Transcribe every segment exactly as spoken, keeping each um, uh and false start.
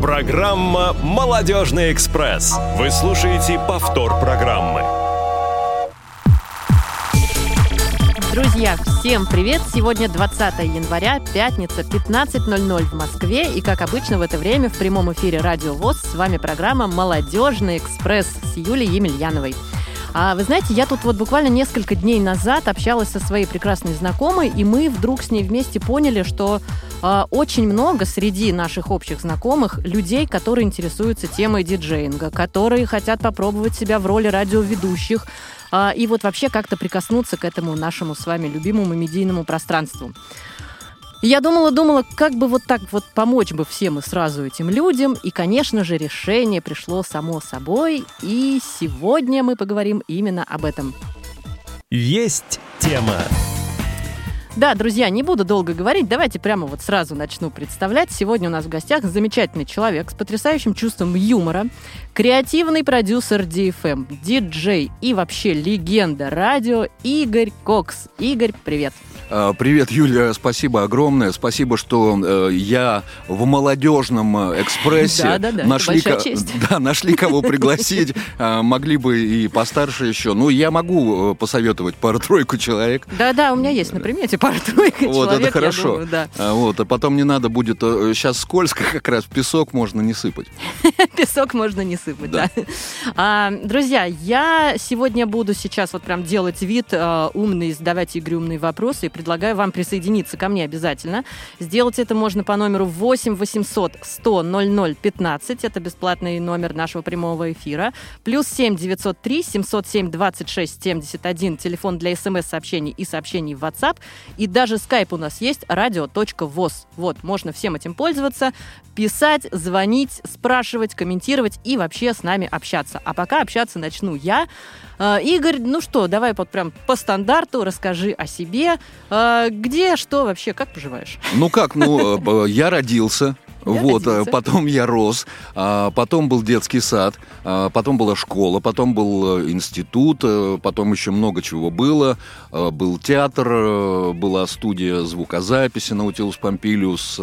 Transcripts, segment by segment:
Программа «Молодежный экспресс». Вы слушаете повтор программы. Друзья, всем привет! Сегодня двадцатое января, пятница, пятнадцать ноль ноль в Москве. И, как обычно, в это время в прямом эфире Радио ВОС с вами программа «Молодежный экспресс» с Юлией Емельяновой. А вы знаете, я тут вот буквально несколько дней назад общалась со своей прекрасной знакомой, и мы вдруг с ней вместе поняли, что э, очень много среди наших общих знакомых людей, которые интересуются темой диджеинга, которые хотят попробовать себя в роли радиоведущих, э, и вот вообще как-то прикоснуться к этому нашему с вами любимому медийному пространству. Я думала-думала, как бы вот так вот помочь бы всем и сразу этим людям. И, конечно же, решение пришло само собой. И сегодня мы поговорим именно об этом. Есть тема. Да, друзья, не буду долго говорить, давайте прямо вот сразу начну представлять. Сегодня у нас в гостях замечательный человек с потрясающим чувством юмора, креативный продюсер ди эф эм, диджей и вообще легенда радио Игорь Кокс. Игорь, привет. Привет, Юля, спасибо огромное. Спасибо, что э, я в молодежном экспрессе да, да, да, нашли, большая честь. Да, нашли кого пригласить. Могли бы и постарше еще. Ну, я могу посоветовать пару-тройку человек. Да-да, у меня есть на примете пару-тройку человек. Вот, это хорошо. Думаю, да. Вот, а потом не надо будет... Сейчас скользко, как раз песок можно не сыпать. Песок можно не сыпать, да. да. А, друзья, я сегодня буду сейчас вот прям делать вид а, умный, задавать Игорю умные вопросы, и предлагаю вам присоединиться ко мне обязательно. Сделать это можно по номеру восемь восемьсот сто ноль ноль пятнадцать. Это бесплатный номер нашего прямого эфира. Плюс семь девятьсот три семьсот семь двадцать шесть семьдесят один. Телефон для смс-сообщений и сообщений в WhatsApp. И даже скайп у нас есть радио точка вос. Вот, можно всем этим пользоваться, писать, звонить, спрашивать, комментировать и вообще с нами общаться. А пока общаться начну я. Игорь, ну что, давай вот прям по стандарту расскажи о себе. Где, что вообще, как поживаешь? Ну как, ну, я родился. Я вот, родился. Потом я рос, потом был детский сад, потом была школа, потом был институт, потом еще много чего было. Был театр, была студия звукозаписи Наутилус Помпилиус,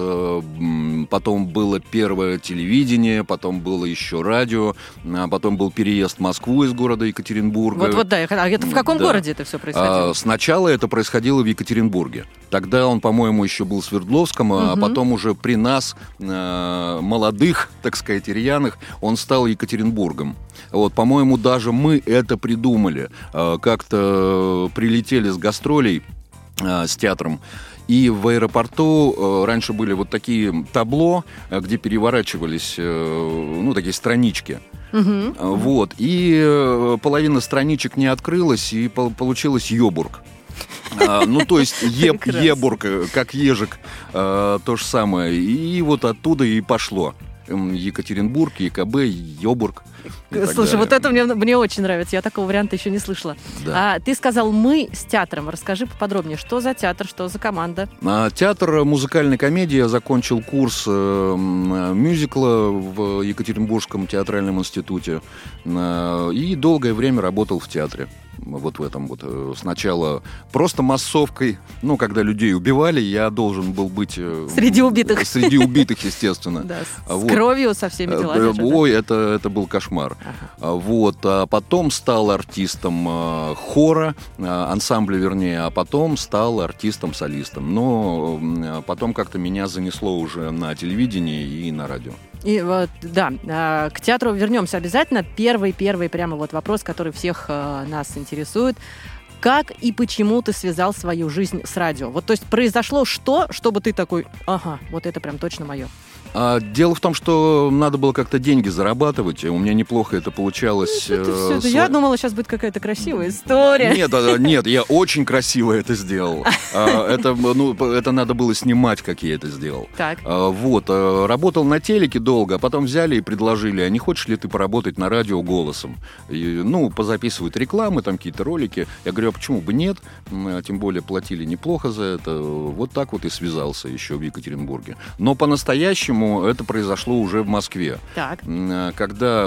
потом было первое телевидение, потом было еще радио, потом был переезд в Москву из города Екатеринбурга. Вот-вот, да. А это в каком да. городе это все происходило? Сначала это происходило в Екатеринбурге. Тогда он, по-моему, еще был в Свердловском, угу. а потом уже при нас... молодых, так сказать, рьяных, он стал Екатеринбургом. Вот, по-моему, даже мы это придумали. Как-то прилетели с гастролей с театром, и в аэропорту раньше были вот такие табло, где переворачивались, ну, такие странички. Uh-huh. Вот, и половина страничек не открылась, и получилось Йобург. А, ну, то есть еб, Ебург, как ежик, а, то же самое. И вот оттуда и пошло. Екатеринбург, ЕКБ, Йобург. Слушай, вот это мне, мне очень нравится. Я такого варианта еще не слышала. Да. А, ты сказал «мы» с театром. Расскажи поподробнее, что за театр, что за команда? А, театр музыкальной комедии. Я закончил курс э, мюзикла в Екатеринбургском театральном институте. Э, и долгое время работал в театре. Вот в этом вот. Сначала просто массовкой, ну, когда людей убивали, я должен был быть... Среди убитых. Среди убитых, естественно. Да, с вот. Кровью, со всеми делами. Ой, это, это был кошмар. Ага. Вот. А потом стал артистом хора, ансамбля, вернее, а потом стал артистом-солистом. Но потом как-то меня занесло уже на телевидении и на радио. И вот, да, к театру вернемся обязательно. Первый, первый прямо вот вопрос, который всех нас интересует. Как и почему ты связал свою жизнь с радио? Вот, то есть произошло что, чтобы ты такой, ага, вот это прям точно мое? А, дело в том, что надо было как-то деньги зарабатывать. У меня неплохо это получалось. Ну, это все, это. С... Я думала, сейчас будет какая-то красивая история. Нет, нет, я очень красиво это сделал. Это, ну, это надо было снимать, как я это сделал. Так. Вот, работал на телеке долго, а потом взяли и предложили, а не хочешь ли ты поработать на радио голосом? И, ну, позаписывать рекламы, там какие-то ролики. Я говорю, а почему бы нет? Тем более платили неплохо за это. Вот так вот и связался еще в Екатеринбурге. Но по-настоящему это произошло уже в Москве. Так. Когда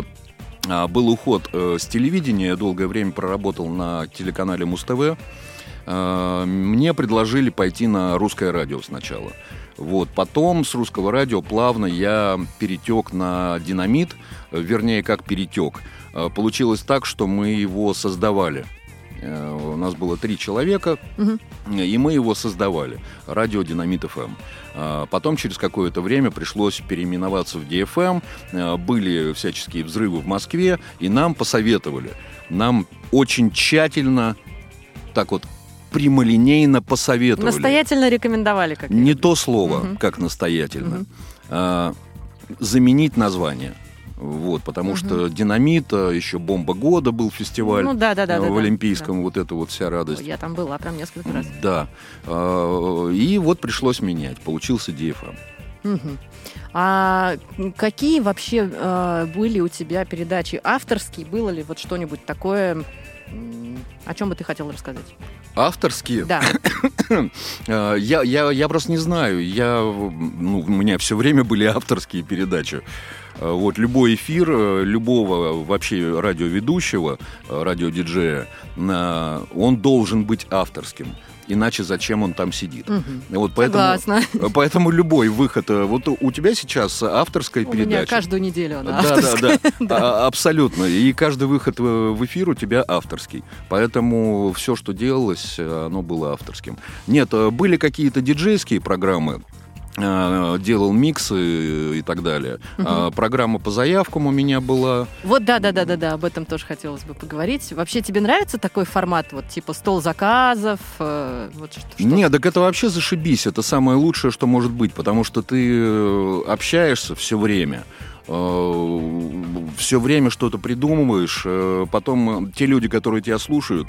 был уход с телевидения, я долгое время проработал на телеканале Муз-ТВ, мне предложили пойти на русское радио сначала. Вот. Потом с русского радио плавно я перетек на «Динамит», вернее, как перетек. Получилось так, что мы его создавали. У нас было три человека, угу. и мы его создавали. Радио «Динамит эф эм». Потом через какое-то время пришлось переименоваться в ди эф эм. Были всяческие взрывы в Москве, и нам посоветовали. Нам очень тщательно, так вот, прямолинейно посоветовали. Настоятельно рекомендовали. Как Не то слово, угу. как настоятельно. Угу. А, заменить название. Вот, потому угу. что «Динамит», еще «Бомба года» был фестиваль ну, да, да, да, в да, Олимпийском, да. вот это вот вся радость. Я там была прям несколько раз. Да. И вот пришлось менять. Получился ди эф эм. Угу. А какие вообще э, были у тебя передачи авторские? Было ли вот что-нибудь такое, о чем бы ты хотел рассказать? Авторские? Да. я, я, я просто не знаю. Я, ну, у меня все время были авторские передачи. Вот любой эфир любого вообще радиоведущего, радиодиджея, он должен быть авторским. Иначе зачем он там сидит? Угу. Вот поэтому, Согласна. Поэтому любой выход... Вот у тебя сейчас авторская у передача. У меня каждую неделю она да, авторская. Да, да, да. Абсолютно. И каждый выход в эфир у тебя авторский. Поэтому все, что делалось, оно было авторским. Нет, были какие-то диджейские программы, делал миксы и так далее. Uh-huh. Программа по заявкам у меня была. Вот да-да-да-да, об этом тоже хотелось бы поговорить. Вообще тебе нравится такой формат, вот типа стол заказов? Вот что, что? Нет, так это вообще зашибись. Это самое лучшее, что может быть, потому что ты общаешься все время. Все время что-то придумываешь. Потом те люди, которые тебя слушают,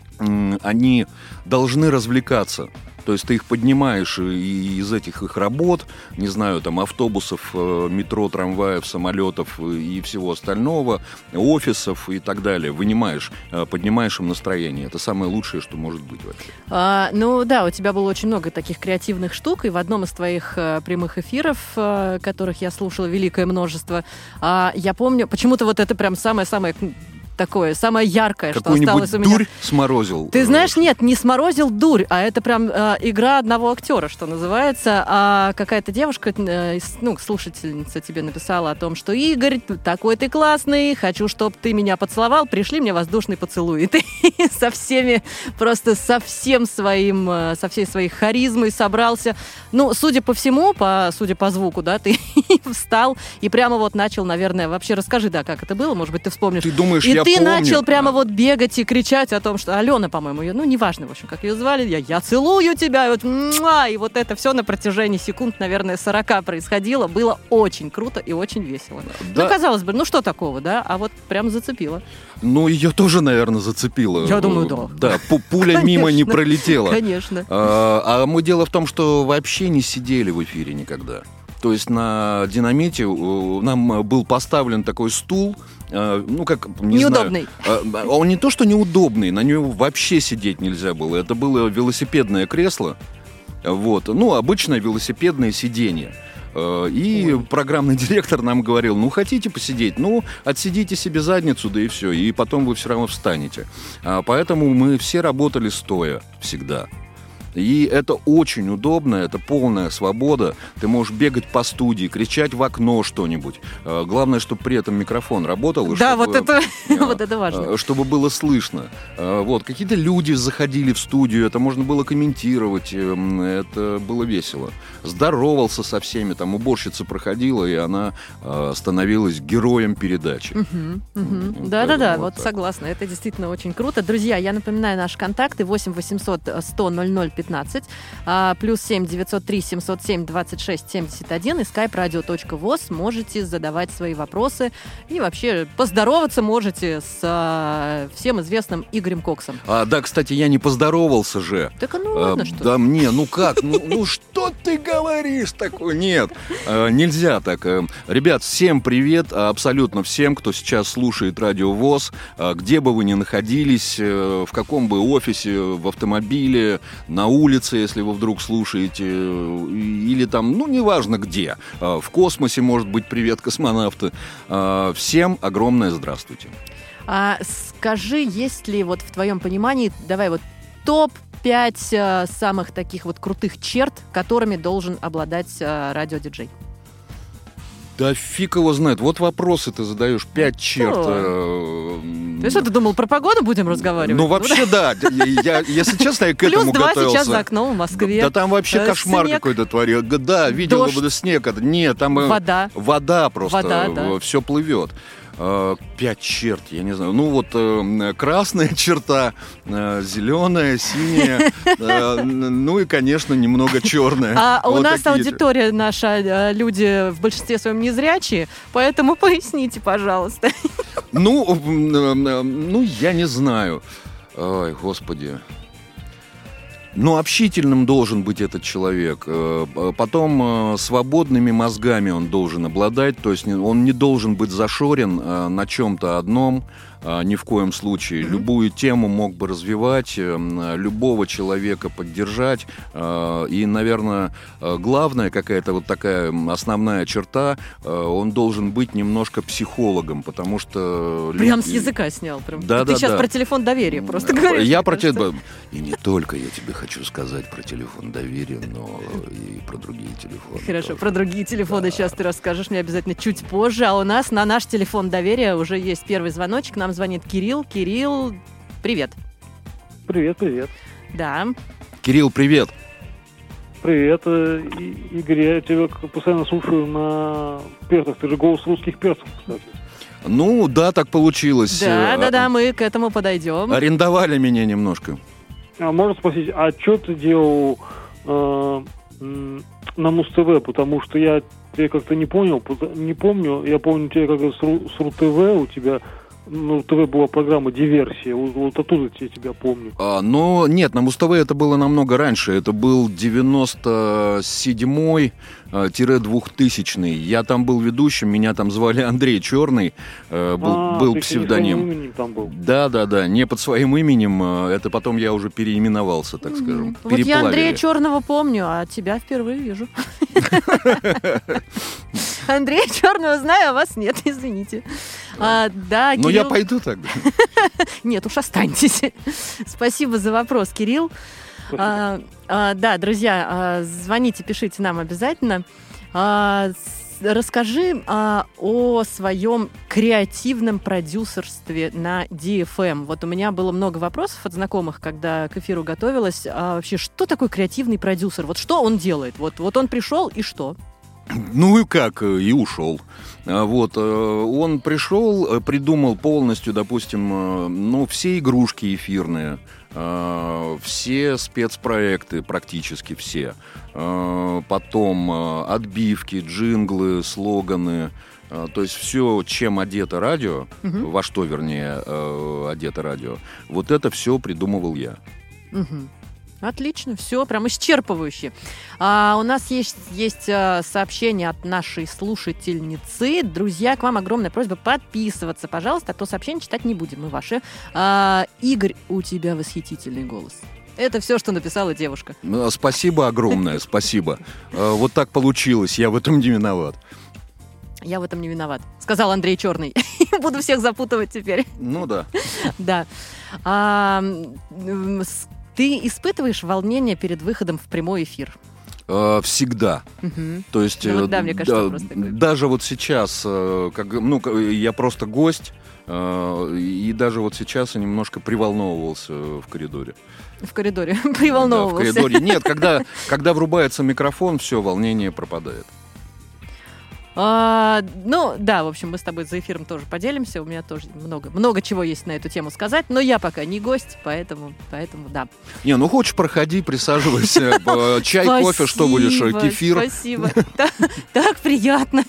они должны развлекаться. То есть ты их поднимаешь из этих их работ, не знаю, там, автобусов, метро, трамваев, самолетов и всего остального, офисов и так далее, вынимаешь, поднимаешь им настроение. Это самое лучшее, что может быть вообще. А, ну да, у тебя было очень много таких креативных штук, и в одном из твоих а, прямых эфиров, а, которых я слушала великое множество, а, я помню, почему-то вот это прям самое-самое... такое, самое яркое, что осталось у меня. Дурь сморозил. Ты знаешь, нет, не сморозил дурь, а это прям э, игра одного актера, что называется. А какая-то девушка, э, ну, слушательница тебе написала о том, что Игорь, такой ты классный, хочу, чтобы ты меня поцеловал, пришли мне воздушный поцелуй. И ты со всеми, просто со всем своим, со всей своей харизмой собрался. Ну, судя по всему, по, судя по звуку, да, ты встал и прямо вот начал, наверное, вообще расскажи, да, как это было, может быть, ты вспомнишь. Ты думаешь, и я ты помню. начал прямо вот бегать и кричать о том, что Алена, по-моему, ее, ну, неважно, в общем, как ее звали, я, я целую тебя, и вот, муа, и вот это все на протяжении секунд, наверное, сорока происходило. Было очень круто и очень весело. Да. Ну, казалось бы, ну, что такого, да? А вот прям зацепило. Ну, ее тоже, наверное, зацепило. Я думаю, да. Да, пуля конечно, мимо не пролетела. Конечно. А, а мы дело в том, что вообще не сидели в эфире никогда. То есть на «Динамите» нам был поставлен такой стул, ну, как, не неудобный. Знаю, он не то, что неудобный, на нем вообще сидеть нельзя было. Это было велосипедное кресло, вот, ну, обычное велосипедное сиденье. И Ой. программный директор нам говорил, ну, хотите посидеть, ну, отсидите себе задницу, да и все, и потом вы все равно встанете. Поэтому мы все работали стоя всегда. И это очень удобно, это полная свобода. Ты можешь бегать по студии, кричать в окно что-нибудь. Главное, чтобы при этом микрофон работал. Да, чтобы, вот, это, вот это важно. Чтобы было слышно. Вот. Какие-то люди заходили в студию, это можно было комментировать, это было весело. Здоровался со всеми, там уборщица проходила, и она становилась героем передачи. Угу, угу. Да-да-да, вот, вот согласна, это действительно очень круто. Друзья, я напоминаю наши контакты: восемь восемьсот сто ноль ноль пятнадцать, плюс семь девятьсот три семьсот семь двадцать шесть семьдесят один и skype radio точка voz. Можете задавать свои вопросы и вообще поздороваться можете с а, всем известным Игорем Коксом. А, да, кстати, я не поздоровался же. Так ну ладно, а, что Да мне, ну как, ну, ну что ты говоришь такое? Нет, а, нельзя так. Ребят, всем привет, абсолютно всем, кто сейчас слушает Радио ВОС, а, где бы вы ни находились, в каком бы офисе, в автомобиле, на улице, если вы вдруг слушаете, или там, ну, неважно где, в космосе, может быть, привет, космонавты. Всем огромное здравствуйте. А скажи, есть ли вот в твоем понимании, давай вот топ пять э, самых таких вот крутых черт, которыми должен обладать э, радиодиджей. Да фиг его знает. Вот вопросы ты задаешь. Пять черт. Э, ты что, ты думал, про погоду будем разговаривать? Ну, вообще, да. Я, если честно, я к этому готовился. Плюс два сейчас за окном в Москве. Да там вообще кошмар какой-то творил. Да, видел бы снег. Нет, там... Вода. Вода просто. Вода, да. Все плывет. Пять черт, я не знаю. Ну вот э, красная черта, э, зеленая, синяя, э, ну и, конечно, немного черная. А вот у нас такие. Аудитория наша, люди в большинстве своем незрячие, поэтому поясните, пожалуйста. Ну, э, ну я не знаю. Ой, господи. Ну, общительным должен быть этот человек. Потом свободными мозгами он должен обладать. То есть он не должен быть зашорен на чем-то одном. Ни в коем случае. Mm-hmm. Любую тему мог бы развивать, любого человека поддержать. И, наверное, главная какая-то вот такая основная черта, он должен быть немножко психологом, потому что... Прям с языка снял. Прям. Да, Ты да, сейчас да. про телефон доверия просто говоришь. Я про телефон... И не только я тебе хочу сказать про телефон доверия, но и про другие телефоны. Хорошо, тоже. Про другие телефоны да. сейчас ты расскажешь мне обязательно чуть позже. А у нас на наш телефон доверия уже есть первый звоночек. Нам звонит Кирилл. Кирилл, привет. Привет, привет. Да. Кирилл, привет. Привет, Игорь, я тебя постоянно слушаю на перцах. Ты же голос русских перцев, кстати. Ну, да, так получилось. Да, да, да, мы к этому подойдем. Арендовали меня немножко. А можно спросить, а что ты делал э, на Муз-ТВ? Потому что я тебя как-то не понял, не помню. Я помню тебя как с РУ-ТВ, у тебя... Ну, ТВ была программа «Диверсия», вот, вот оттуда я тебя помню. А, но нет, на Муз-ТВ это было намного раньше. Это был девяносто седьмой двухтысячный. Я там был ведущим, меня там звали Андрей Черный, э, был, а, был ты псевдоним. Не под своим именем там был. Да, да, да, не под своим именем. Это потом я уже переименовался, так скажем. Вот переплавили. Я Андрея Черного помню, а тебя впервые вижу. Андрея Черного знаю, а вас нет, извините. А, да, ну, Кирилл... я пойду тогда. Нет, уж останьтесь. Спасибо за вопрос, Кирилл. А, а, да, друзья, а, звоните, пишите нам обязательно. А, с, расскажи а, о своем креативном продюсерстве на ди эф эм. Вот у меня было много вопросов от знакомых, когда к эфиру готовилась. А вообще, что такое креативный продюсер? Вот что он делает? Вот, вот он пришел, и что? Ну и как, и ушел. Вот, он пришел, придумал полностью, допустим, ну, все игрушки эфирные, все спецпроекты, практически все. Потом отбивки, джинглы, слоганы. То есть все, чем одето радио, угу. во что, вернее, одето радио, вот это все придумывал я. Угу. Отлично, все прям исчерпывающе. А, у нас есть, есть а, сообщение от нашей слушательницы. Друзья, к вам огромная просьба подписываться, пожалуйста, а то сообщение читать не будем, мы ваши. А, Игорь, у тебя восхитительный голос. Это все, что написала девушка. Спасибо огромное, спасибо. Вот так получилось, я в этом не виноват. Я в этом не виноват, сказал Андрей Черный. Буду всех запутывать теперь. Ну да. Да. А, ты испытываешь волнение перед выходом в прямой эфир? Всегда. Угу. То есть, ну, вот, да, мне кажется, да, просто такой. Даже вот сейчас, как, ну, я просто гость, и даже вот сейчас я немножко приволновывался в коридоре. В коридоре приволновывался? Да, в коридоре. Нет, когда, когда врубается микрофон, все, волнение пропадает. А, ну, да, в общем, мы с тобой за эфиром тоже поделимся. У меня тоже много, много чего есть на эту тему сказать, но я пока не гость, поэтому, поэтому да. Не, ну хочешь, проходи, присаживайся. Чай, кофе, что будешь, кефир. Спасибо, так приятно.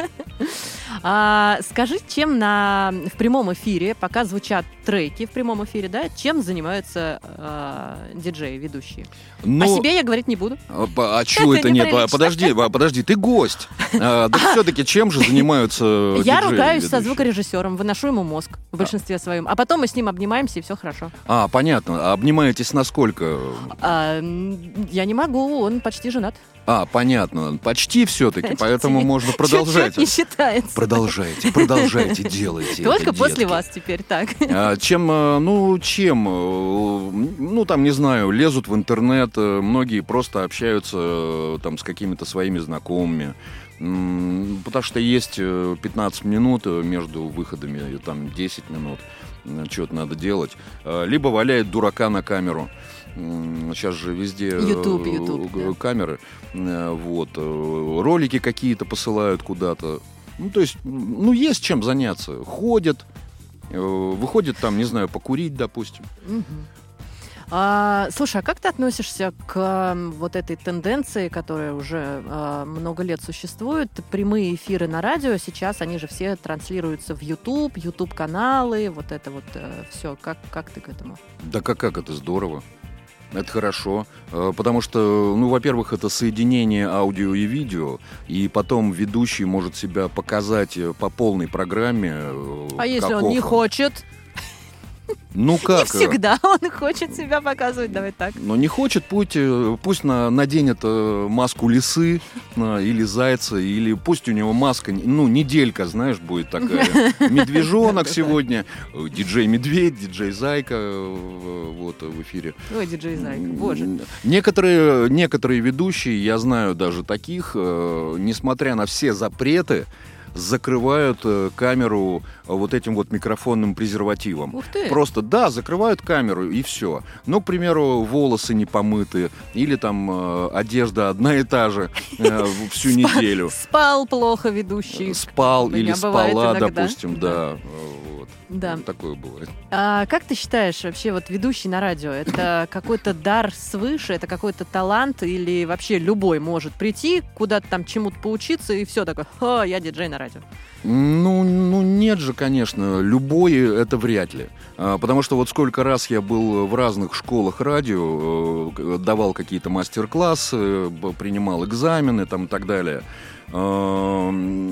А, скажи, чем на, в прямом эфире, пока звучат треки в прямом эфире, да, чем занимаются а, диджеи, ведущие? Но... О себе я говорить не буду. А, а чего это нет? Подожди, подожди, ты гость. А, так все-таки чем же занимаются диджеи? Я ругаюсь со звукорежиссером, выношу ему мозг в большинстве а. своем, а потом мы с ним обнимаемся, и все хорошо. А, понятно. А обнимаетесь насколько? А, я не могу, он почти женат. А, понятно. Почти все-таки, поэтому можно продолжать. Чуть-чуть не считается. Продолжайте, продолжайте, делайте. Только это, после детки. вас теперь так. А, Чем, ну, чем? Ну, там, не знаю, лезут в интернет, многие просто общаются там с какими-то своими знакомыми. Потому что есть пятнадцать минут между выходами, и там десять минут. Что-то надо делать. Либо валяет дурака на камеру. Сейчас же везде YouTube, YouTube, да. камеры. Вот. Ролики какие-то посылают куда-то. Ну, то есть, ну, есть чем заняться. Ходят, выходят там, не знаю, покурить, допустим. Угу. А, слушай, а как ты относишься к вот этой тенденции, которая уже а, много лет существует? Прямые эфиры на радио сейчас, они же все транслируются в YouTube, YouTube-каналы, вот это вот а, все. Как, как ты к этому? Да как, как это здорово. Это хорошо, потому что, ну, во-первых, это соединение аудио и видео, и потом ведущий может себя показать по полной программе. А если он не хочет? Ну как? Не всегда он хочет себя показывать, давай так. Но не хочет, пусть, пусть на, наденет маску лисы или зайца, или пусть у него маска, ну, неделька, знаешь, будет такая. Медвежонок сегодня, диджей-медведь, диджей-зайка вот в эфире. Ой, диджей-зайка, боже. Некоторые, некоторые ведущие, я знаю даже таких, несмотря на все запреты, закрывают э, камеру вот этим вот микрофонным презервативом. Ух ты. Просто, да, закрывают камеру и все. Ну, к примеру, волосы не помыты, или там э, одежда одна и та же э, всю неделю. Спал плохо ведущий. Спал или спала, иногда. допустим, да. Вот. Да. Вот такое бывает. А как ты считаешь, вообще вот ведущий на радио, это какой-то дар свыше, это какой-то талант, или вообще любой может прийти, куда-то там чему-то поучиться, и все такое, ха, я диджей на радио? Ну, ну, нет же, конечно, любой это вряд ли. А, потому что вот сколько раз я был в разных школах радио, э, давал какие-то мастер-классы, принимал экзамены там и так далее. А,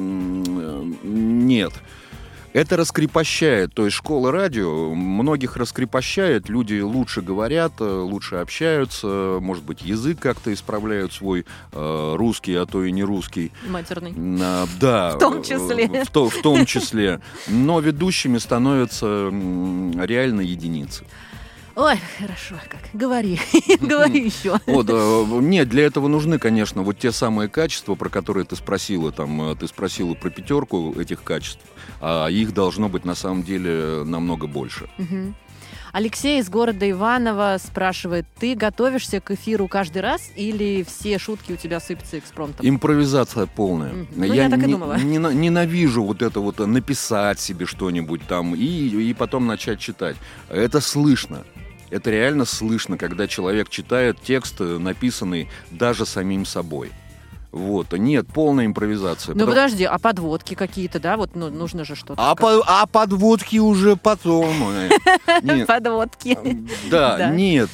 нет. Это раскрепощает, то есть школа радио многих раскрепощает, люди лучше говорят, лучше общаются, может быть, язык как-то исправляют свой э, русский, а то и не русский. Матерный. А, да. В том числе. В, то, в том числе. Но ведущими становятся реально единицы. Ой, хорошо, как? Говори, говори еще. Вот, нет, для этого нужны, конечно, вот те самые качества, про которые ты спросила. Там, ты спросила про пятерку этих качеств, а их должно быть на самом деле намного больше. Угу. Алексей из города Иваново спрашивает, ты готовишься к эфиру каждый раз или все шутки у тебя сыпятся экспромтом? Импровизация полная. Mm-hmm. Ну, я, я так и не, думала. Не, ненавижу вот это вот написать себе что-нибудь там и, и потом начать читать. Это слышно. Это реально слышно, когда человек читает текст, написанный даже самим собой. Вот. Нет, полная импровизация. Ну, Потому... подожди, а подводки какие-то, да? Вот ну, нужно же что-то а, по, а подводки уже потом. Подводки. Да, нет.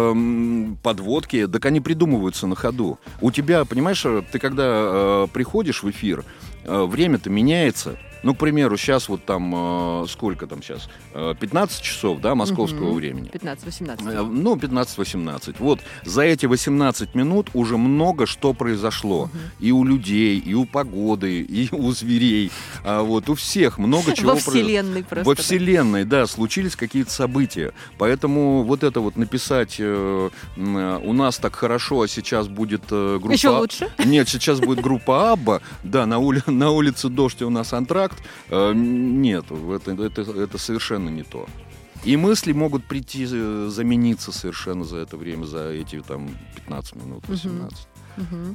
Подводки, так они придумываются на ходу. У тебя, понимаешь, ты когда приходишь в эфир, время-то меняется. Ну, к примеру, сейчас вот там, э, сколько там сейчас? Э, пятнадцать часов, да, московского угу. времени. пятнадцать-восемнадцать. Э, ну, пятнадцать-восемнадцать. Вот за эти восемнадцать минут уже много что произошло. Угу. И у людей, и у погоды, и у зверей. А вот у всех много чего произошло. Во вселенной просто. Во вселенной, да, случились какие-то события. Поэтому вот это вот написать э, у нас так хорошо, а сейчас будет э, группа... Еще лучше? Нет, сейчас будет группа Абба. Да, на, ули... на улице дождь, и у нас антракт. Нет, это, это, это совершенно не то. И мысли могут прийти, замениться совершенно за это время, за эти там пятнадцать минут, восемнадцать. Uh-huh. Uh-huh.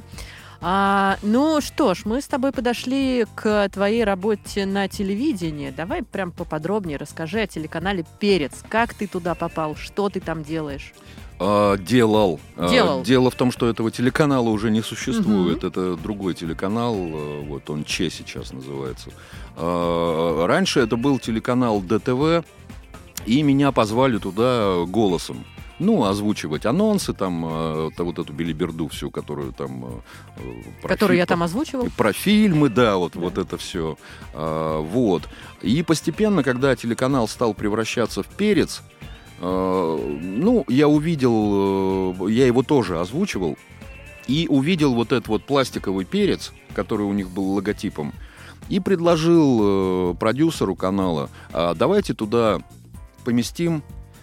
А, ну что ж, мы с тобой подошли к твоей работе на телевидении. Давай прям поподробнее расскажи о телеканале «Перец». Как ты туда попал? Что ты там делаешь? Делал. Делал. Дело в том, что этого телеканала уже не существует. Угу. Это другой телеканал, вот он Че сейчас называется. Раньше это был телеканал Дэ Тэ Вэ, и меня позвали туда голосом. Ну, озвучивать анонсы, там, вот эту белиберду всю, которую там... Которую фи- я там озвучивал? Про фильмы, да, вот, да. вот это все. Вот. И постепенно, когда телеканал стал превращаться в «Перец», ну, я увидел, я его тоже озвучивал, и увидел вот этот вот пластиковый перец, который у них был логотипом, и предложил продюсеру канала, а давайте туда поместим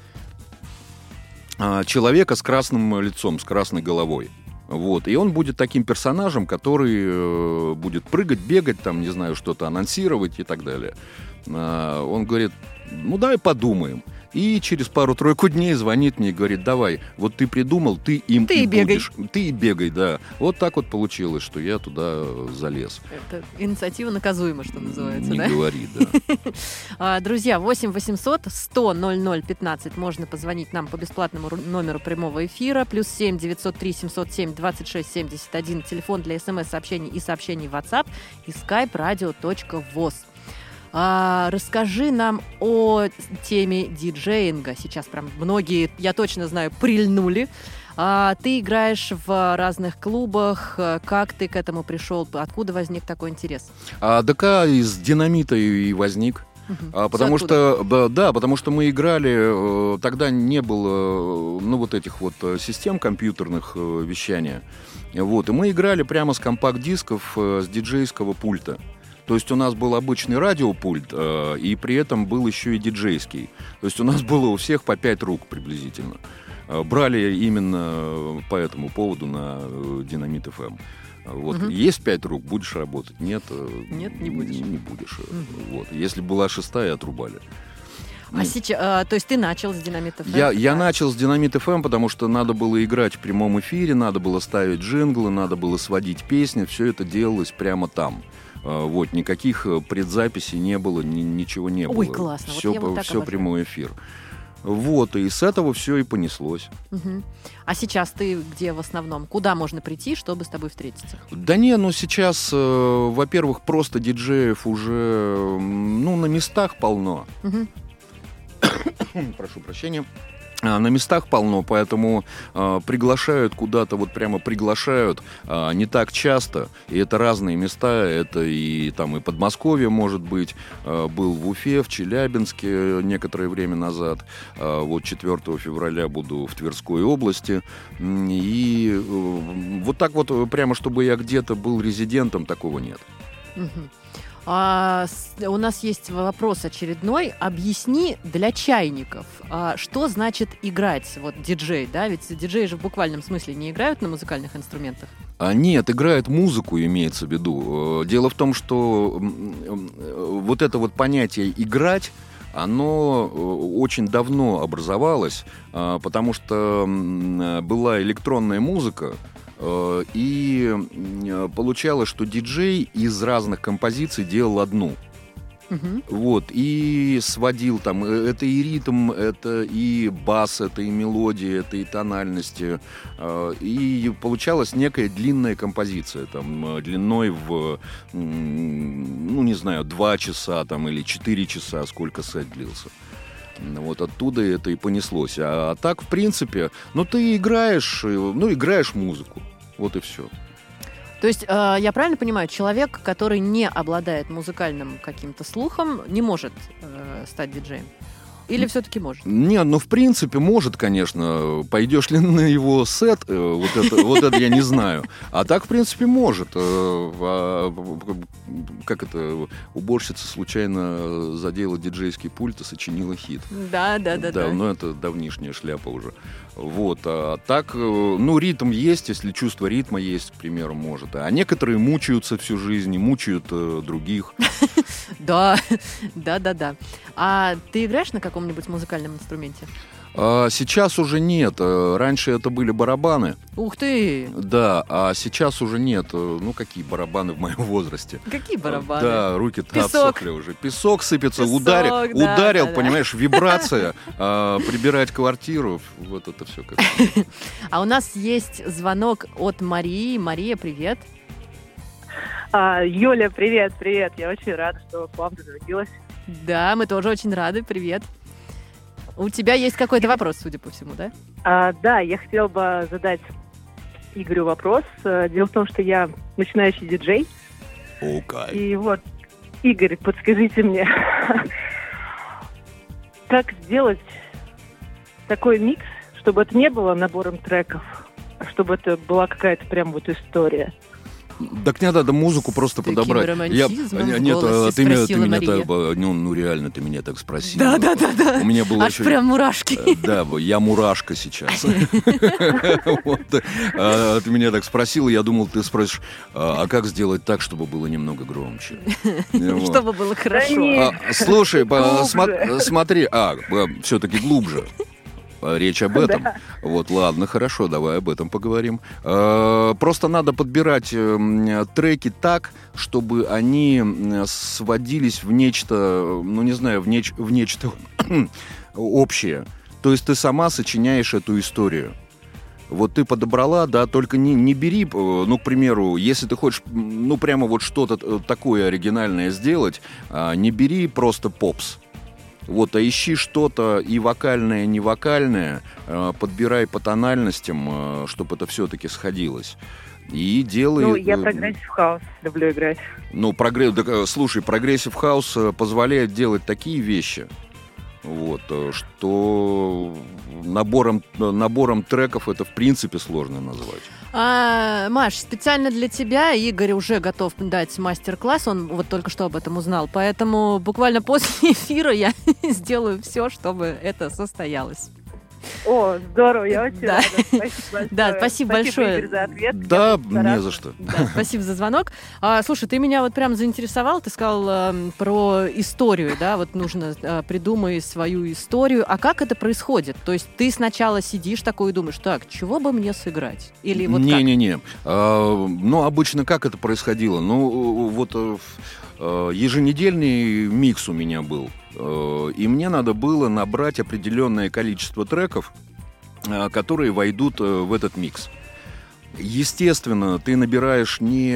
а, человека с красным лицом, с красной головой. Вот. И он будет таким персонажем, который э, будет прыгать, бегать, там, не знаю, что-то анонсировать и так далее. А, он говорит, ну, давай подумаем. И через пару-тройку дней звонит мне и говорит, давай, вот ты придумал, ты им ты и, и бегай. будешь. Ты и бегай, да. Вот так вот получилось, что я туда залез. Это инициатива наказуема, что называется, Не да? говори, да. Друзья, восемь восемьсот сто ноль ноль пятнадцать можно позвонить нам по бесплатному ру- номеру прямого эфира, плюс семь девятьсот три семьсот семь двадцать шесть семьдесят один, телефон для смс-сообщений и сообщений в WhatsApp и skype radio точка voz. А, расскажи нам о теме диджеинга. Сейчас прям многие, я точно знаю, прильнули. А, ты играешь в разных клубах. Как ты к этому пришел? Откуда возник такой интерес? А ДК из «Динамита» и возник. Угу. А, потому что, да, да, потому что мы играли, тогда не было, ну, вот этих вот систем компьютерных вещания. Вот, и мы играли прямо с компакт-дисков, с диджейского пульта. То есть у нас был обычный радиопульт, э, и при этом был еще и диджейский. То есть у нас было у всех по пять рук приблизительно. Э, брали именно по этому поводу на э, Динамит эф эм. Вот. Угу. Есть пять рук, будешь работать. Нет, э, Нет, не будешь. Не, не будешь. Угу. Вот. Если была шестая, отрубали. А сейчас, а, то есть ты начал с Динамит эф эм? Я, я начал с Динамит эф эм, потому что надо было играть в прямом эфире, надо было ставить джинглы, надо было сводить песни. Все это делалось прямо там. Вот, никаких предзаписей не было, ни, ничего не было. Ой, классно. Все, вот я вот так все обожаю. прямой эфир. Вот, и с этого все и понеслось. Угу. А сейчас ты где в основном? Куда можно прийти, чтобы с тобой встретиться? Да не, ну сейчас, э, во-первых, просто диджеев уже, ну, на местах полно. Угу. Прошу прощения. На местах полно, поэтому э, приглашают куда-то, вот прямо приглашают э, не так часто, и это разные места, это и там и Подмосковье, может быть, э, был в Уфе, в Челябинске некоторое время назад, э, вот четвёртого февраля буду в Тверской области, и э, вот так вот прямо, чтобы я где-то был резидентом, такого нет. Угу. А, с, у нас есть вопрос очередной. Объясни для чайников, а, что значит играть, вот диджей, да? Ведь диджеи же в буквальном смысле не играют на музыкальных инструментах. А нет, играет музыку, имеется в виду. Дело в том, что вот это вот понятие «играть», оно очень давно образовалось, потому что была электронная музыка, и получалось, что диджей из разных композиций делал одну. Угу. Вот, и сводил там, это и ритм, это и бас, это и мелодия, это и тональности. И получалась некая длинная композиция, там, длиной в, ну, не знаю, два часа там, или четыре часа, сколько сет длился. Вот оттуда это и понеслось. А, а так, в принципе, ну, ты играешь, ну, играешь музыку. Вот и все. То есть, э, я правильно понимаю, человек, который не обладает музыкальным каким-то слухом, не может э, стать диджеем? Или все-таки может? Не, ну, в принципе, может, конечно. Пойдешь ли на его сет, вот это, вот это я не знаю. А так, в принципе, может. Как это, уборщица случайно задела диджейский пульт и сочинила хит. Да, да, да. Да, да. но это давнишняя шляпа уже. Вот. А так, ну, ритм есть, если чувство ритма есть, к примеру, может. А некоторые мучаются всю жизнь, мучают других. Да, да, да, да. А ты играешь на каком-нибудь музыкальном инструменте? А сейчас уже нет. Раньше это были барабаны. Ух ты! Да, а сейчас уже нет. Ну, какие барабаны в моем возрасте? Какие барабаны? Да, руки-то Песок. отсохли уже. Песок сыпется, Песок, ударил, да, ударил, да, да. понимаешь, вибрация, а, прибирать квартиру, вот это все как. А у нас есть звонок от Марии. Мария, привет. А, Юля, привет, привет. Я очень рада, что к вам дозвонилась. Да, мы тоже очень рады. Привет. У тебя есть какой-то вопрос, судя по всему, да? А, да, я хотела бы задать Игорю вопрос. Дело в том, что я начинающий диджей. Okay. И вот, Игорь, подскажите мне, как сделать такой микс, чтобы это не было набором треков, а чтобы это была какая-то прям вот история. Так не надо музыку просто Таким подобрать. романтизмом в Нет, голосе ты меня, ты спросила меня Мария. так, ну, ну реально ты меня так спросила. Да, да, да, да. У меня было Аж еще- прям мурашки. Э, Да, я мурашка сейчас. Вот, а, Ты меня так спросила, я думал, ты спросишь, а а как сделать так, чтобы было немного громче? Вот. Чтобы было хорошо. нет. А, Слушай, по- Глубже. сма- смотри, а, все-таки глубже. А, Речь об этом. Вот, ладно, хорошо, давай об этом поговорим. А, Просто надо подбирать м, треки так, чтобы они м, сводились в нечто, ну не знаю, в, неч- в нечто общее. То есть ты сама сочиняешь эту историю. Вот ты подобрала, да, только не, не бери, э, ну, к примеру, если ты хочешь, м, ну, прямо вот что-то э, такое оригинальное сделать, а, не бери просто попс. Вот, а ищи что-то и вокальное, и не вокальное, э, подбирай по тональностям, чтобы это все-таки сходилось. И делай... Ну, я э, прогрессив хаус люблю играть. Ну, прогресс, да, э, слушай, прогрессив хаус э, позволяет делать такие вещи, вот, э, что набором, э, набором треков это в принципе сложно назвать. А, Маш, специально для тебя Игорь уже готов дать мастер-класс, он вот только что об этом узнал, поэтому буквально после эфира я сделаю все, чтобы это состоялось. О, здорово, я очень Да. рада. Спасибо большое. Да, спасибо большое. Игорь, за ответ. Да, Я буду стараться. не за что. Да, спасибо за звонок. А, слушай, ты меня вот прям заинтересовал, ты сказал э, про историю, да, вот нужно э, придумай свою историю. А как это происходит? То есть ты сначала сидишь такой и думаешь, так, чего бы мне сыграть? Или вот как? Не-не-не. А, ну, обычно как это происходило? Ну, вот э, э, еженедельный микс у меня был. Э, И мне надо было набрать определенное количество треков, э, которые войдут э, в этот микс. Естественно, ты набираешь не,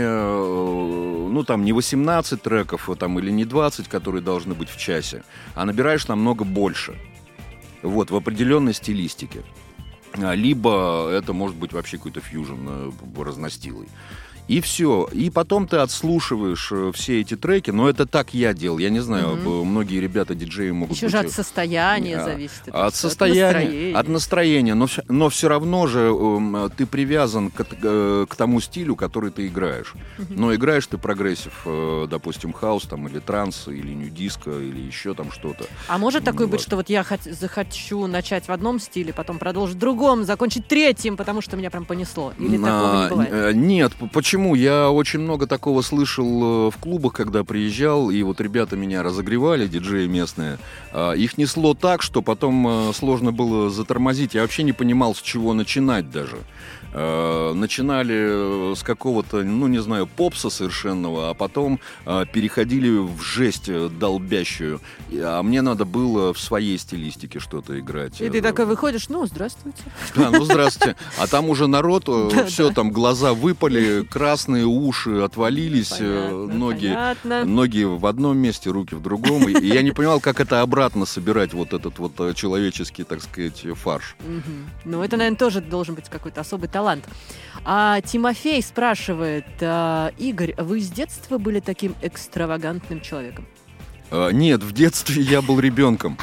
э, ну, там, не восемнадцать треков э, там, или не двадцать, которые должны быть в часе, а набираешь намного больше. Вот, в определенной стилистике. А, Либо это может быть вообще какой-то фьюжн э, разностилый. И все. И потом ты отслушиваешь э, все эти треки. Но это так я делал. Я не знаю, Мгм. э, многие ребята, диджеи могут Еще быть... же э, от состояния а, зависит. это От всё, состояния, настроения. от настроения, но, вс- но все равно же эм, ты привязан к, э, к тому стилю, который ты играешь. Мгм. Но играешь ты прогрессив, э, допустим, хаус там, или транс, или нью-диско, или еще там что-то. А может Ну, такое быть, ладно. что вот я хот- захочу начать в одном стиле, потом продолжить в другом, закончить третьим, потому что меня прям понесло? Или такого А, не бывает? э, Нет, п- почему? Я очень много такого слышал э, в клубах, когда приезжал, и вот ребята меня разогревали, диджеи местные. А, Их несло так, что потом э, сложно было затормозить. Я вообще не понимал, с чего начинать даже. Э, Начинали э, с какого-то, ну, не знаю, попса совершенного, а потом э, переходили в жесть э, долбящую. И- А мне надо было в своей стилистике что-то играть. И ты Э, такой выходишь, ну, здравствуйте. Да, ну здравствуйте. А там уже народ, Да, все, да. там глаза выпали, красные уши отвалились, э, Понятно, ноги, понятно. ноги в одном месте, руки в другом. И и я не понимал, как это обратно собирать, вот этот вот э, человеческий, так сказать, фарш. Мгм. Ну, это, наверное, тоже должен быть какой-то особый талант. А Тимофей спрашивает, а, Игорь, вы с детства были таким экстравагантным человеком? Э, Нет, в детстве я был ребенком.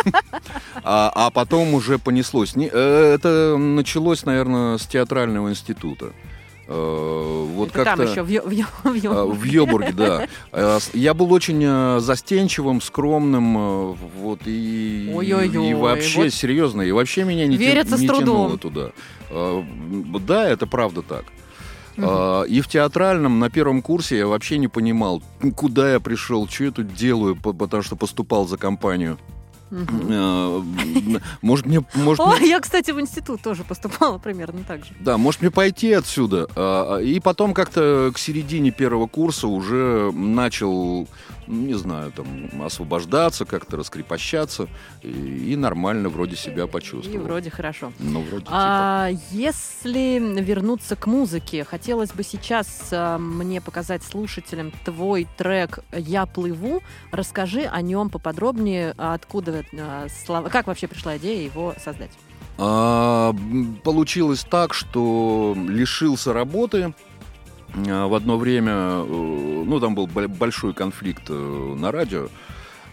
А а потом уже понеслось. Не, э, Это началось, наверное, с театрального института. Э, Вот Это там как-то... еще, в, Ё- в, Ё- в А, Ёбурге. В Йобурге, да. Э, с- Я был очень э, застенчивым, скромным, э, вот, и, Ой-ой-ой, и вообще, вот. серьезно, и вообще меня не, тя- Верится с не трудом. тянуло туда. Э, м, Да, это правда так. Мгм. А, И в театральном на первом курсе я вообще не понимал, куда я пришел, что я тут делаю, по- потому что поступал за компанию. Мгм. Э, Может, мне... Может, О, мне- я, кстати, в институт тоже поступала примерно так же. Да, может мне пойти отсюда. А, И потом как-то к середине первого курса уже начал, ну, не знаю, там, освобождаться, как-то раскрепощаться. И, и нормально вроде себя почувствовал. И вроде хорошо. Ну, вроде типа. А если вернуться к музыке, хотелось бы сейчас а, мне показать слушателям твой трек «Я плыву». Расскажи о нем поподробнее, откуда а, слова, как вообще пришла идея его создать. А, м, Получилось так, что лишился работы. А, В одно время, э, ну, там был бо- большой конфликт э, на радио.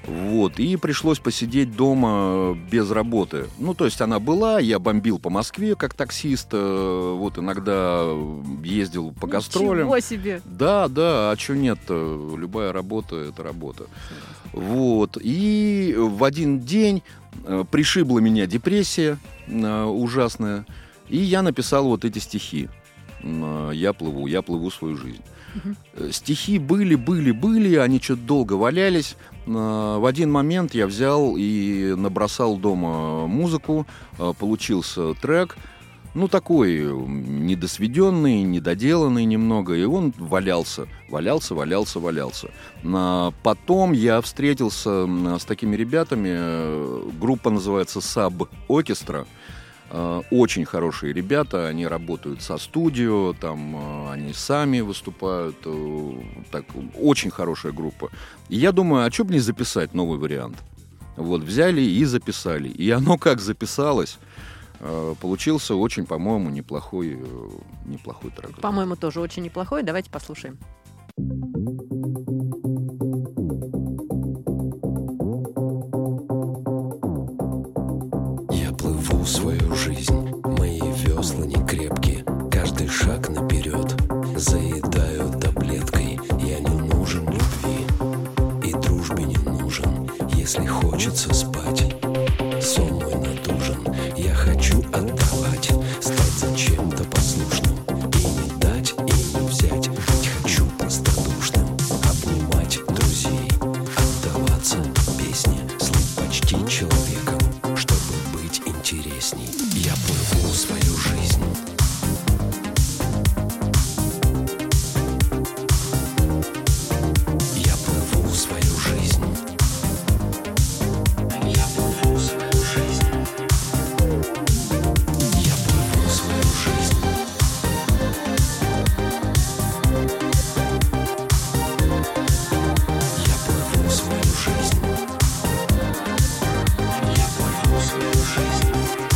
Вот, и пришлось посидеть дома без работы. Ну, то есть она была, я бомбил по Москве как таксист, э, вот иногда ездил по гастролям. Ничего себе! Да, да, а что нет? Любая работа — это работа. Вот, и в один день э, пришибла меня депрессия э, ужасная, и я написал вот эти стихи. Э, «Я плыву, я плыву свою жизнь». Угу. Стихи были, были, были, они что-то долго валялись. В один момент я взял и набросал дома музыку, получился трек, ну, такой недосведенный, недоделанный немного, и он валялся, валялся, валялся, валялся. Потом я встретился с такими ребятами, группа называется Sub Orchestra. Очень хорошие ребята, они работают со студио, там они сами выступают, так, очень хорошая группа. И я думаю, а что бы не записать новый вариант? Вот, взяли и записали. И оно как записалось, получился очень, по-моему, неплохой, неплохой трек. По-моему, тоже очень неплохой. Давайте послушаем. Свою жизнь, мои весла не крепкие, каждый шаг наперед заедаю таблеткой. Я не нужен любви и дружбе не нужен, если хочется спать. Сон мой натужен, я хочу отдавать, стать зачем-то послушным и не дать, и не взять. Быть хочу простодушным, обнимать друзей, отдаваться песне, слыть почти человеком, чтобы быть интересней. Я плыву свою жизнь. Я плыву свою жизнь. Я плыву свою жизнь. Я плыву свою жизнь. Я плыву свою жизнь. Я плыву свою жизнь.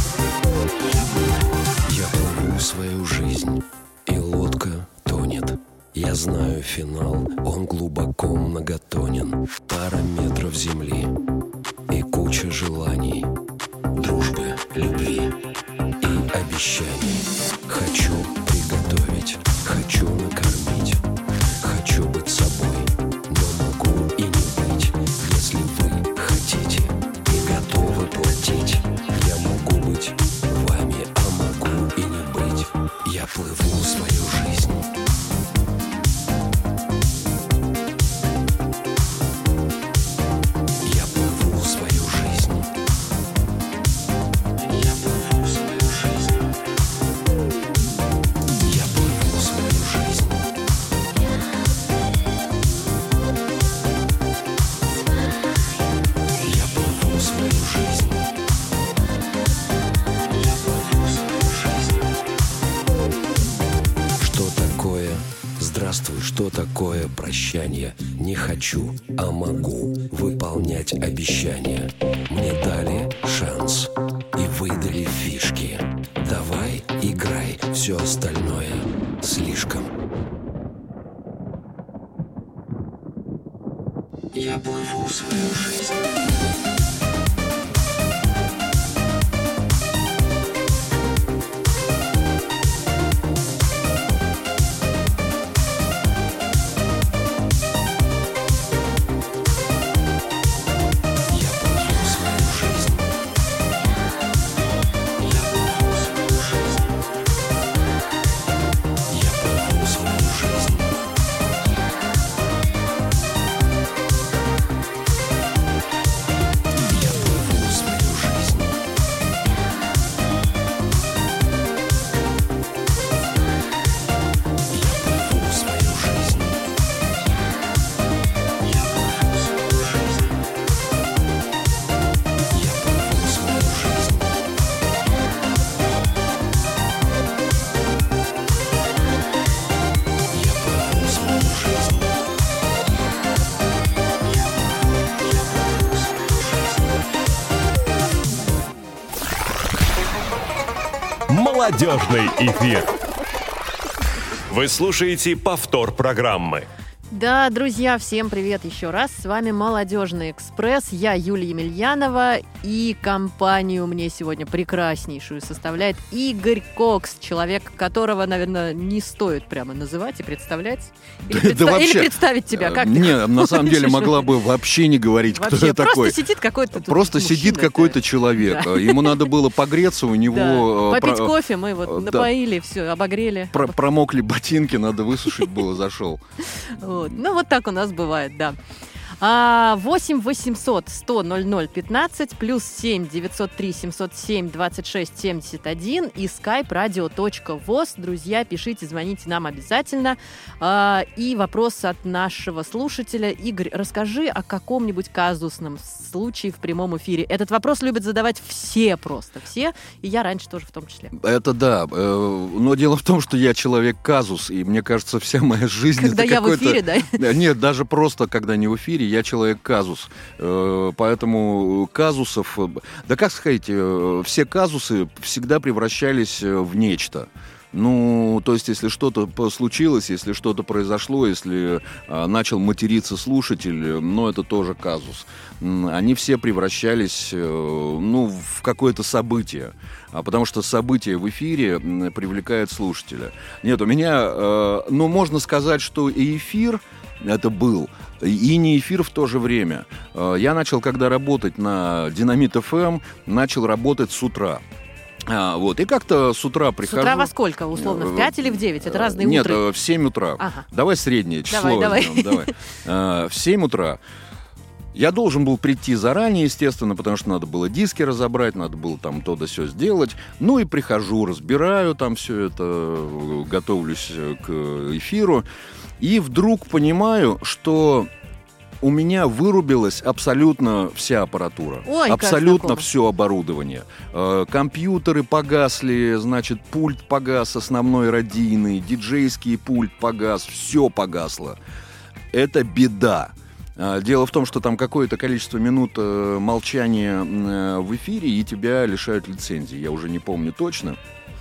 Я плыву свою жизнь, и лодка тонет. Я знаю финал, он глубоко многотонен. Пара метров земли и куча желаний, дружбы, любви и обещаний. Хочу приготовить, хочу накормить, хочу быть собой, но могу и не быть. Если вы хотите и готовы платить, я могу быть вами, а могу и не быть. Я плыву свою жизнь. Я плыву свою жизнь. Я плыву свою жизнь. Я плыву свою жизнь. Я плыву свою жизнь. Я плыву свою жизнь. Что такое? Здравствуй, что такое прощание? Не хочу, а могу выполнять обещания. Мне дали шанс и выдали фишки. Давай, играй, все остальное слишком. Я плыву свою жизнь. Молодежный эфир. Вы слушаете повтор программы. Да, друзья, всем привет еще раз. С вами «Молодежный экспресс». Я Юлия Емельянова. И компанию мне сегодня прекраснейшую составляет Игорь Кокс. Человек, которого, наверное, не стоит прямо называть и представлять. Или, Да, предста- да вообще, или представить тебя. Как ты Не, на самом деле хочешь? могла бы вообще не говорить, кто Вообще, я просто такой. сидит какой-то тут Просто мужчина, сидит это- какой-то человек. Да. Ему надо было погреться, у Да. него э, Попить про- кофе, мы вот да. напоили, все, обогрели. про- промокли ботинки, надо высушить было, зашел. Вот. Ну, вот так у нас бывает, да. А, восемь восемьсот сто ноль ноль пятнадцать плюс семь девятьсот три семьсот семь двадцать шесть семьдесят один и skype radio точка voz. Друзья, пишите, звоните нам обязательно. А, и вопрос от нашего слушателя. Игорь, расскажи о каком-нибудь казусном случае в прямом эфире. Этот вопрос любят задавать все просто, все. И я раньше тоже в том числе. Это да. э, Но дело в том, что я человек казус, и мне кажется, вся моя жизнь Когда это я в какой-то... эфире, да? Да, Нет, даже просто, когда не в эфире, я человек казус. Э, Поэтому казусов... э, Да как сказать, э, все казусы всегда превращались э, в нечто. Ну, то есть, если что-то по- случилось, если что-то произошло, если а, начал материться слушатель, э, ну, это тоже казус. М, Они все превращались, э, ну, в какое-то событие. А потому что событие в эфире м, привлекает слушателя. Нет, у меня, э, ну, можно сказать, что и эфир это был, и не эфир в то же время. Э, Я начал, когда работать на Динамит эф эм, начал работать с утра. А, вот, и как-то с утра С прихожу... утра во сколько, условно? В пять или в девять? Это разные Нет, утры. э, в семь утра. Ага. Давай среднее число Давай, давай. возьмем, давай. Э, В семь утра. Я должен был прийти заранее, естественно, потому что надо было диски разобрать, надо было там то да сё сделать. Ну и прихожу, разбираю там все это, э, готовлюсь э, к эфиру. И вдруг понимаю, что у меня вырубилась абсолютно вся аппаратура. Ой, как абсолютно знакомо. все оборудование. Э, Компьютеры погасли, значит, пульт погас основной радийный, диджейский пульт погас, все погасло. Это беда. А, Дело в том, что там какое-то количество минут э, молчания э, в эфире, и тебя лишают лицензии. Я уже не помню точно.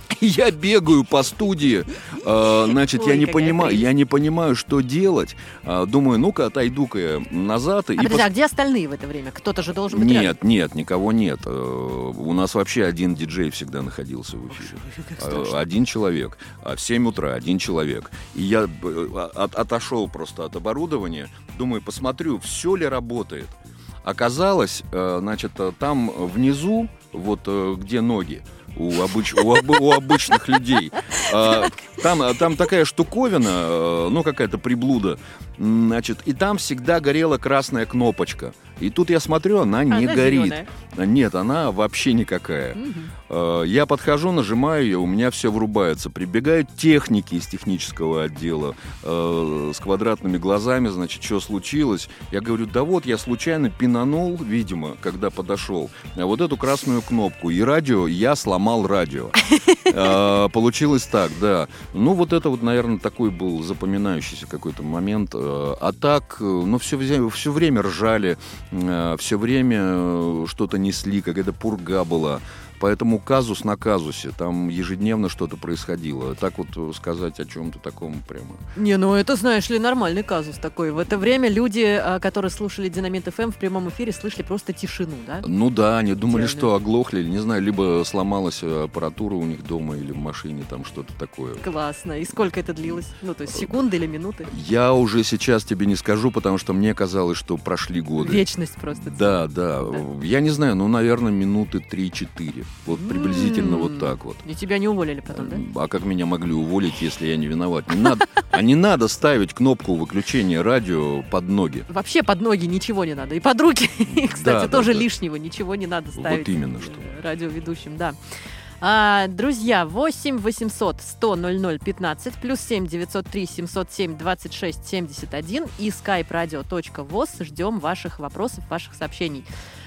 Я бегаю по студии, э, значит, Ой, я не какая понимаю, прелесть. я не понимаю, что делать. А, Думаю, ну-ка, отойду-ка я назад. А, и подожди, пос- а где остальные в это время? Кто-то же должен быть рядом. Нет, нет, никого нет. Э, У нас вообще один диджей всегда находился в эфире. Э, Один человек. А в семь утра один человек. И я э, от- отошел просто от оборудования. Думаю, посмотрю, все ли работает. Оказалось, э, значит, э, там внизу, вот э, где ноги, у, обыч- у обы- у обычных людей. А, Там, там такая штуковина, э, ну, какая-то приблуда, м, значит, и там всегда горела красная кнопочка. И тут я смотрю, она не Она горит. зелёная. Нет, она вообще никакая. Э, Я подхожу, нажимаю ее, у меня все врубается. Прибегают техники из технического отдела э, с квадратными глазами, значит, что случилось. Я говорю, да вот, я случайно пинанул, видимо, когда подошел, а вот эту красную кнопку. И радио, я сломал радио. Э, Получилось так, да. Ну, вот это вот, наверное, такой был запоминающийся какой-то момент. Э, А так, э, ну, все, все время ржали, все время э, что-то несли, какая-то пурга была. Поэтому казус на казусе, там ежедневно что-то происходило. Так вот э, сказать о чем-то таком прямо. Не, ну это, знаешь ли, нормальный казус такой. В это время люди, а, которые слушали Динамит эф эм в прямом эфире, слышали просто тишину, да? Ну да, они думали, Идеально. что оглохли, или, не знаю, либо сломалась э, аппаратура у них дома, или в машине, там что-то такое. Классно. И сколько это длилось? Ну, то есть секунды или минуты? Я уже сейчас тебе не скажу, потому что мне казалось, что прошли годы. Вечность просто. Да, да, Я не знаю, ну, наверное, минуты три-четыре. Вот приблизительно М. вот так вот. И тебя не уволили потом, да? А как меня могли уволить, если я не виноват? Не надо, а не надо ставить кнопку выключения радио под ноги. Вообще под ноги ничего не надо. И под руки, кстати, Да, да, тоже да. лишнего. Ничего не надо Вот ставить. именно что. э, Радиоведущим, да. А, друзья, восемь восемьсот сто ноль ноль пятнадцать плюс семь девятьсот три семьсот семь двадцать шесть семьдесят один и skype radio точка voz. Ждем ваших вопросов, ваших сообщений.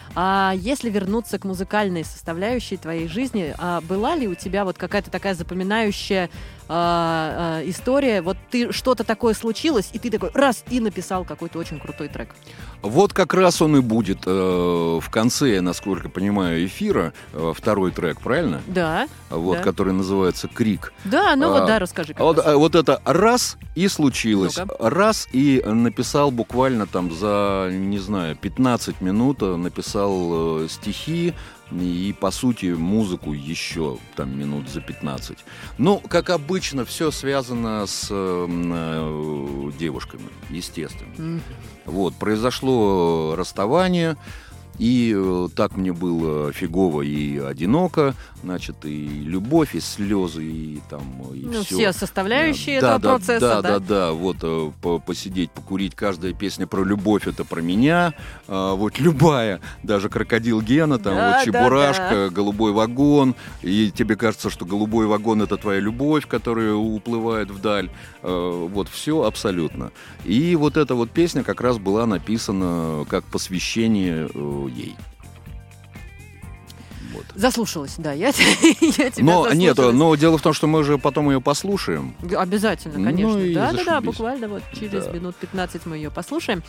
А если вернуться к музыкальной составляющей твоей жизни, а была ли у тебя вот какая-то такая запоминающая а, а, история. Вот ты что-то такое случилось, и ты такой раз и написал какой-то очень крутой трек. Вот как раз он и будет э, в конце, насколько понимаю, эфира, э, второй трек, правильно? Да. Вот, да. который называется «Крик». Да, ну а, вот да, расскажи. Вот, раз. вот это раз и случилось. Ну-ка. Раз и написал буквально там за, не знаю, пятнадцать минут написал э, стихи и, по сути, музыку еще там минут за пятнадцать. Ну, как обычно, все связано с э, девушками, естественно. Mm. Вот, произошло расставание. И э, так мне было фигово и одиноко, значит, и любовь, и слезы, и там, и ну, все. все составляющие да, этого да, процесса, да? да? Да, да, да, вот э, по- посидеть, покурить, каждая песня про любовь, это про меня, э, вот любая, даже «Крокодил Гена», там, Да, вот «Чебурашка», да, да. «Голубой вагон», и тебе кажется, что «Голубой вагон» — это твоя любовь, которая уплывает вдаль, э, вот, все абсолютно. И вот эта вот песня как раз была написана как посвящение э, ей. Вот. Заслушалась, да, я, я тебя Но заслушалась. нет, но дело в том, что мы же потом ее послушаем. Обязательно, Ну конечно. и да, да, да, зашибись. буквально вот через Да. минут пятнадцать мы ее послушаем.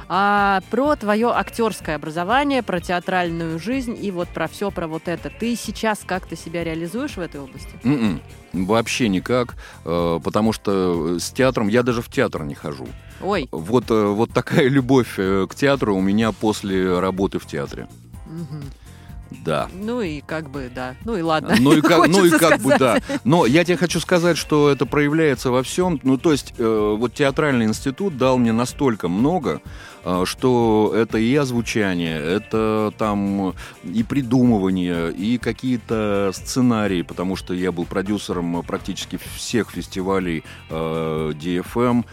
А, про твое актерское образование, про театральную жизнь и вот про все, про вот это. Ты сейчас как-то себя реализуешь в этой области? М-м, вообще никак, э, потому что с театром я даже в театр не хожу. Ой. Вот, э, вот такая любовь э, к театру у меня после работы в театре. Мгм. Да. Ну и как бы, да. Ну и ладно. Ну и как, ну и Хочется как бы да. сказать. Но я тебе хочу сказать, что это проявляется во всем. Ну, то есть, э, вот театральный институт дал мне настолько много, э, что это и озвучание, это там и придумывание, и какие-то сценарии, потому что я был продюсером практически всех фестивалей э, ди эф эм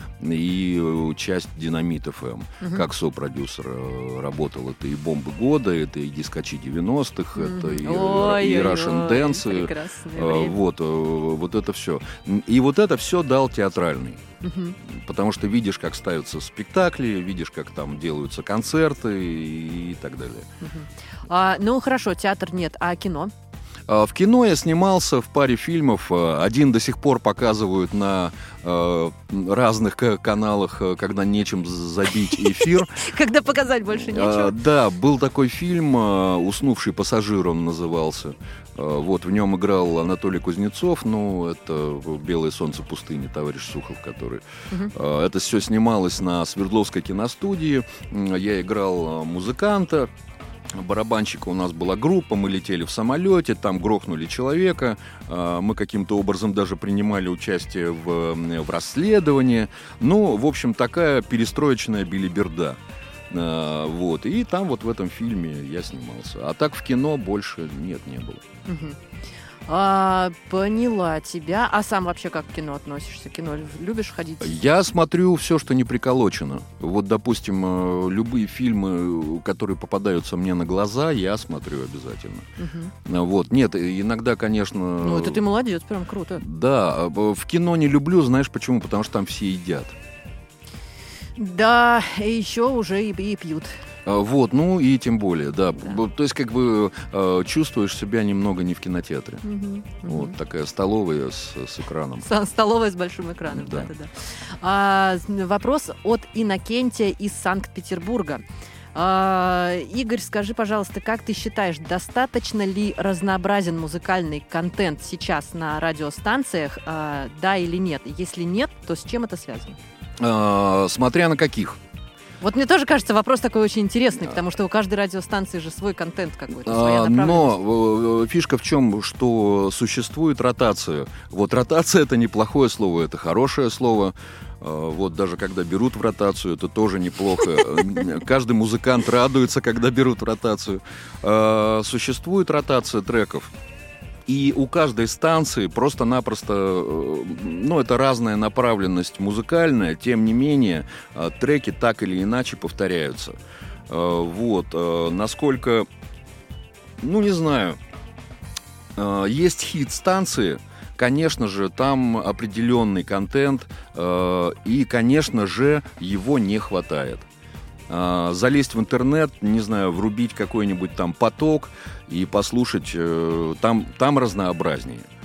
и э, часть Динамит эф эм. Мгм. Как сопродюсер э, работал. Это и «Бомбы года», это и «Дискачи девяностых», это и, Ой, и ой, Russian ой, Dance. прекрасное э, время. Вот, э, вот это все. И вот это все дал театральный. Мгм. Потому что видишь, как ставятся спектакли, видишь, как там делаются концерты и, и так далее. Мгм. А, ну хорошо, театр нет, а кино? А в кино я снимался в паре фильмов. А, Один до сих пор показывают на э, разных к- каналах, э, когда нечем забить эфир. Когда показать больше А, нечего? Да, был такой фильм а, «Уснувший пассажир» он назывался. А, Вот, в нем играл Анатолий Кузнецов, ну, это «Белое солнце пустыни», товарищ Сухов, который... Мгм. А, Это все снималось на Свердловской киностудии. М, Я играл а, музыканта. Барабанщика у нас была группа, мы летели в самолете, там грохнули человека, а, мы каким-то образом даже принимали участие в, м, в расследовании. Ну, в общем, такая перестроечная билиберда. А, Вот, и там вот в этом фильме я снимался. А так в кино больше нет, не было. Мгм. А, поняла тебя. А сам вообще как к кино относишься? Кино любишь ходить? Я смотрю все, что не приколочено. Вот, допустим, э, любые фильмы, которые попадаются мне на глаза, я смотрю обязательно. Мгм. А, Вот, нет, иногда, конечно... Ну, это ты молодец, прям круто. Да, а, в кино не люблю, знаешь почему? Потому что там все едят. Да, и еще уже и, и пьют. А, Вот, ну и тем более, да. Да. Б- То есть, как бы э, чувствуешь себя немного не в кинотеатре. Мгм. Вот Мгм. такая столовая с, с экраном. С- Столовая с большим экраном. Да. Да. Да, да. А, с- вопрос от Иннокентия из Санкт-Петербурга. А, Игорь, скажи, пожалуйста, как ты считаешь, достаточно ли разнообразен музыкальный контент сейчас на радиостанциях, а, да или нет? Если нет, то с чем это связано? А, Смотря на каких. Вот мне тоже кажется вопрос такой очень интересный, потому что у каждой радиостанции же свой контент какой-то, своя А, направленность. Но э, фишка в чем, что существует ротация. Вот ротация — это неплохое слово, это хорошее слово. А, Вот даже когда берут в ротацию, это тоже неплохо. Каждый музыкант радуется, когда берут в ротацию. А, Существует ротация треков. И у каждой станции просто-напросто, э, ну, это разная направленность музыкальная, тем не менее, э, треки так или иначе повторяются. Э, Вот, э, насколько, ну, не знаю, э, есть хит-станции, конечно же, там определенный контент, э, и, конечно же, его не хватает. А, залезть в интернет, не знаю, врубить какой-нибудь там поток и послушать, э, там, там разнообразнее.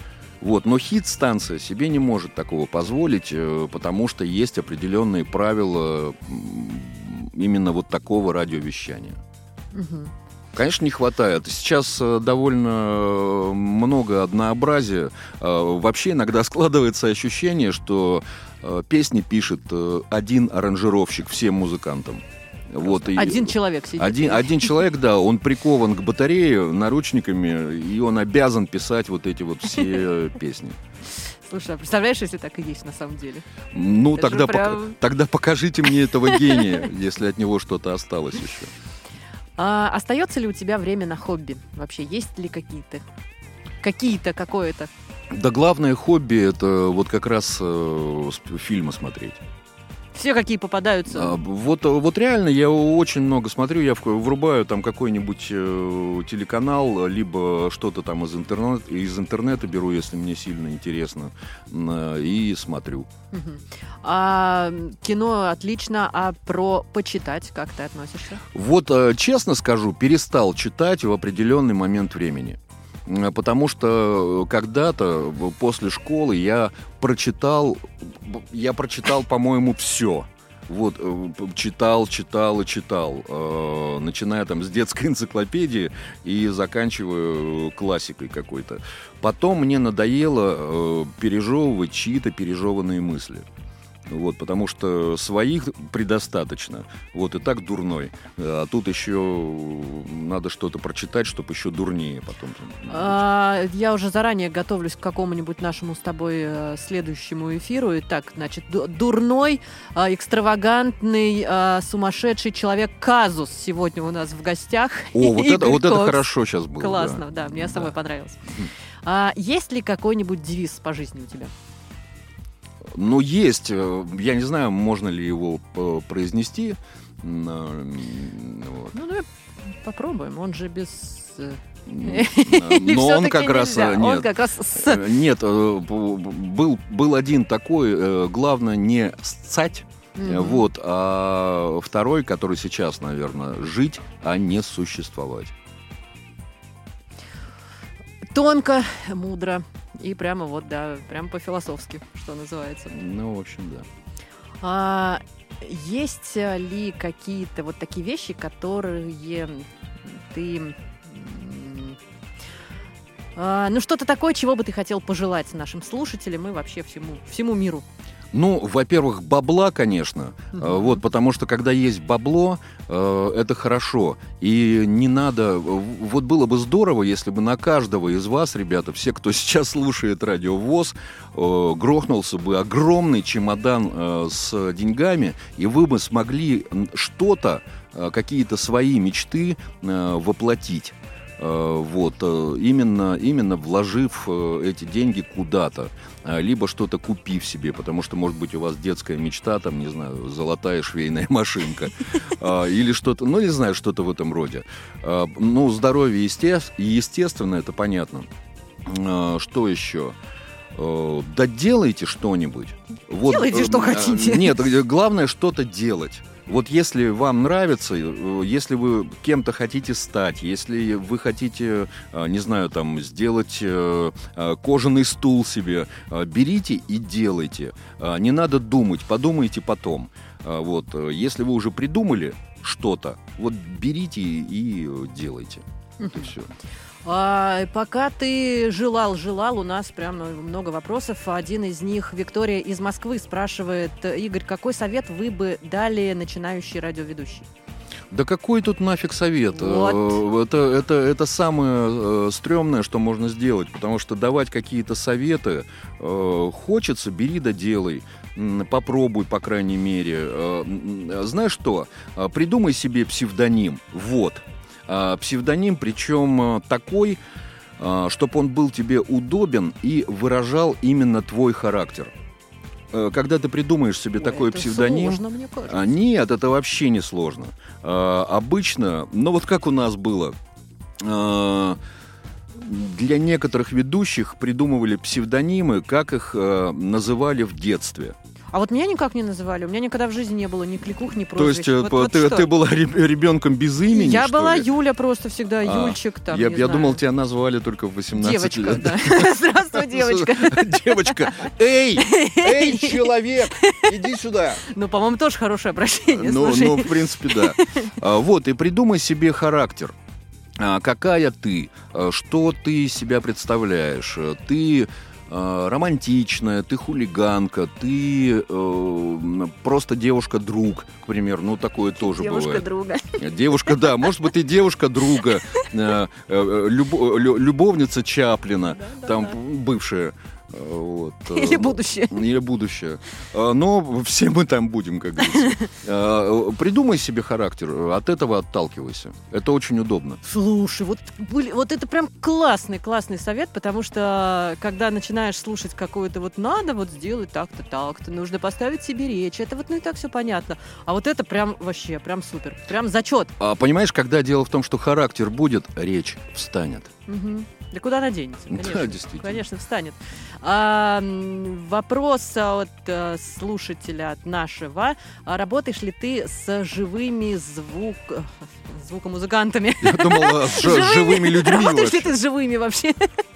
Вот. Но хит-станция себе не может такого позволить, э, потому что есть определенные правила м, именно вот такого радиовещания. Мгм. Конечно, не хватает. Сейчас э, довольно много однообразия. Э, Вообще иногда складывается ощущение, что э, песни пишет э, один аранжировщик всем музыкантам. Вот, и Один человек сидит. один, один человек, да, он прикован к батарее наручниками, и он обязан писать вот эти вот все песни. Слушай, а представляешь, если так и есть на самом деле? Ну, Это же тогда, прям- пока- тогда покажите мне этого гения, если от него что-то осталось еще. А остается ли у тебя время на хобби? Вообще, есть ли какие-то? Какие-то, какое-то? Да главное хобби — это вот как раз э, с- фильмы смотреть. Все, какие попадаются. А, Вот, вот реально я очень много смотрю, я в- врубаю там какой-нибудь э, телеканал, либо что-то там из интернета, из интернета беру, если мне сильно интересно, м, э, и смотрю. Мгм. А кино отлично, а про почитать как ты относишься? Вот, э, честно скажу, перестал читать в определенный момент времени. М, Потому что когда-то в- после школы я прочитал, б- я прочитал, по-моему, все. Вот, э, п- читал, читал и читал, э, начиная там с детской энциклопедии и заканчивая э, классикой какой-то. Потом мне надоело э, пережевывать чьи-то пережеванные мысли. Вот, потому что своих предостаточно. Вот, и так дурной. А тут еще надо что-то прочитать, чтобы еще дурнее потом. А, я уже заранее готовлюсь к какому-нибудь нашему с тобой э, следующему эфиру. Итак, значит, ду- дурной, э, экстравагантный, э, сумасшедший человек Казус сегодня у нас в гостях. О, вот Игорь это, вот это Кокс. хорошо сейчас было. Классно, да, мне самой Да. понравилось. Мгм. А есть ли какой-нибудь девиз по жизни у тебя? Ну, есть. э, Я не знаю, можно ли его э, произнести. М, э, вот. Ну, давай попробуем. Он же без... э, М, или Но он всё-таки как раз... нельзя? э, Он Нет. как раз с... Э, Нет, э, б- был, был один такой, э, главное не сцать, э, Мгм. вот, а второй, который сейчас, наверное, жить, а не существовать. Тонко, мудро и прямо вот, да, прямо по-философски, что называется. Ну, в общем, да. А, есть ли какие-то вот такие вещи, которые ты... м, а, ну, что-то такое, чего бы ты хотел пожелать нашим слушателям и вообще всему, всему миру? Ну, во-первых, бабла, конечно, Мгм. э, вот, потому что когда есть бабло, э, это хорошо, и не надо, в- вот было бы здорово, если бы на каждого из вас, ребята, все, кто сейчас слушает Радио ВОС, э, грохнулся бы огромный чемодан э, с деньгами, и вы бы смогли м, что-то, э, какие-то свои мечты э, воплотить. Э, Вот, э, именно, именно вложив э, эти деньги куда-то, э, либо что-то купив себе, потому что, может быть, у вас детская мечта, там, не знаю, золотая швейная машинка, э, или что-то, ну, не знаю, что-то в этом роде. Э, Ну, здоровье, есте- естественно, это понятно. Э, Что еще? Э, Да делайте что-нибудь. Вот, Делайте, э, что э, хотите. Нет, э, главное что-то делать. Вот если вам нравится, э, если вы кем-то хотите стать, если вы хотите, э, не знаю, там, сделать э, э, кожаный стул себе, э, берите и делайте. Э, Не надо думать, подумайте потом. Э, Вот, э, если вы уже придумали что-то, вот берите и э, делайте. Вот и все. А, пока ты желал-желал, у нас прям много вопросов. Один из них Виктория из Москвы спрашивает: Игорь, какой совет вы бы дали начинающей радиоведущей? Да какой тут нафиг совет? Вот. Э, Это, это, это самое э, стрёмное, что можно сделать, потому что давать какие-то советы э, хочется, бери да делай. М, Попробуй, по крайней мере. Э, м, Знаешь что? Э, Придумай себе псевдоним. Вот. А, Псевдоним, причем э, такой, чтобы он был тебе удобен и выражал именно твой характер. Э, Когда ты придумаешь себе Ой, такой это псевдоним... сложно, мне кажется. А, Нет, это вообще не сложно. А, Обычно, ну вот как у нас было, а, для некоторых ведущих придумывали псевдонимы, как их а, называли в детстве. А вот меня никак не называли. У меня никогда в жизни не было ни кликух, ни То прозвищ. есть Вот- по- вот ты, что? ты была ре- ребенком без имени, Я что была ли? Юля просто всегда, А, Юльчик там, Я, не я знаю. думал, тебя назвали только в восемнадцать Девочка, лет. да. Здравствуй, девочка. Девочка, эй, эй, человек, иди сюда. Ну, по-моему, тоже хорошее обращение, Ну, слушай. ну, в принципе, да. А, Вот, и придумай себе характер. А, Какая ты? А, Что ты из себя представляешь? А, Ты а, романтичная, ты хулиганка, ты э, просто девушка-друг, к примеру. Ну, такое тоже Девушка бывает. друга. Девушка, да, может быть, и девушка-друга, э, э, любо- лю- любовница Чаплина, Да-да-да. там бывшая. э, Вот, э, Или будущее. Или будущее. Э, Но все мы там будем, как говорится. Э, Придумай себе характер, от этого отталкивайся. Это очень удобно. Слушай, вот, были, вот это прям классный, классный совет, потому что когда начинаешь слушать какое-то вот надо вот сделать так-то, так-то, нужно поставить себе речь, это вот ну и так все понятно. А вот это прям вообще, прям супер, прям зачет. А понимаешь, когда дело в том, что характер будет, речь встанет. Мгм. Да куда она денется? Да, Конечно, действительно. конечно, встанет. А, м, вопрос от э, слушателя, от нашего. А работаешь ли ты с живыми звук... звукомузыкантами? Я думал, с жи- живыми людьми Работаешь ли вообще. ты с живыми вообще?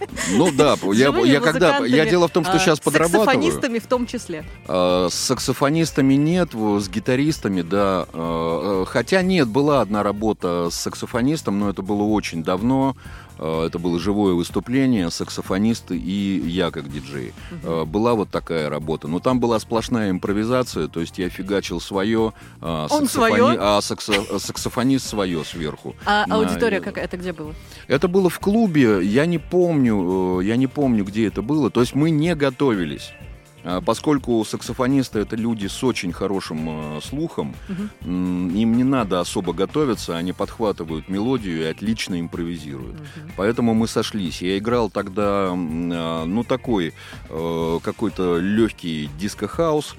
Ну да, я, Живыми я когда... Я музыкантами, дело в том, что а, сейчас с подрабатываю. саксофонистами в том числе. А, С саксофонистами нет, в- с гитаристами, да. А, э, Хотя нет, была одна работа с саксофонистом, но это было очень давно. А, Это было живое выступление, саксофонисты и я как диджей. А, Была вот такая работа. Но там была сплошная импровизация, то есть я фигачил свое, а, Он саксофони- свое? а саксо- саксофонист свое сверху. А На- аудитория какая? Это где было? Это было в клубе, я не помню, э, я не помню, где это было. То есть мы не готовились. А, Поскольку саксофонисты — это люди с очень хорошим э, слухом, Мгм. м, им не надо особо готовиться, они подхватывают мелодию и отлично импровизируют. Мгм. Поэтому мы сошлись. Я играл тогда, м, а, ну, такой э, какой-то легкий диско-хаус,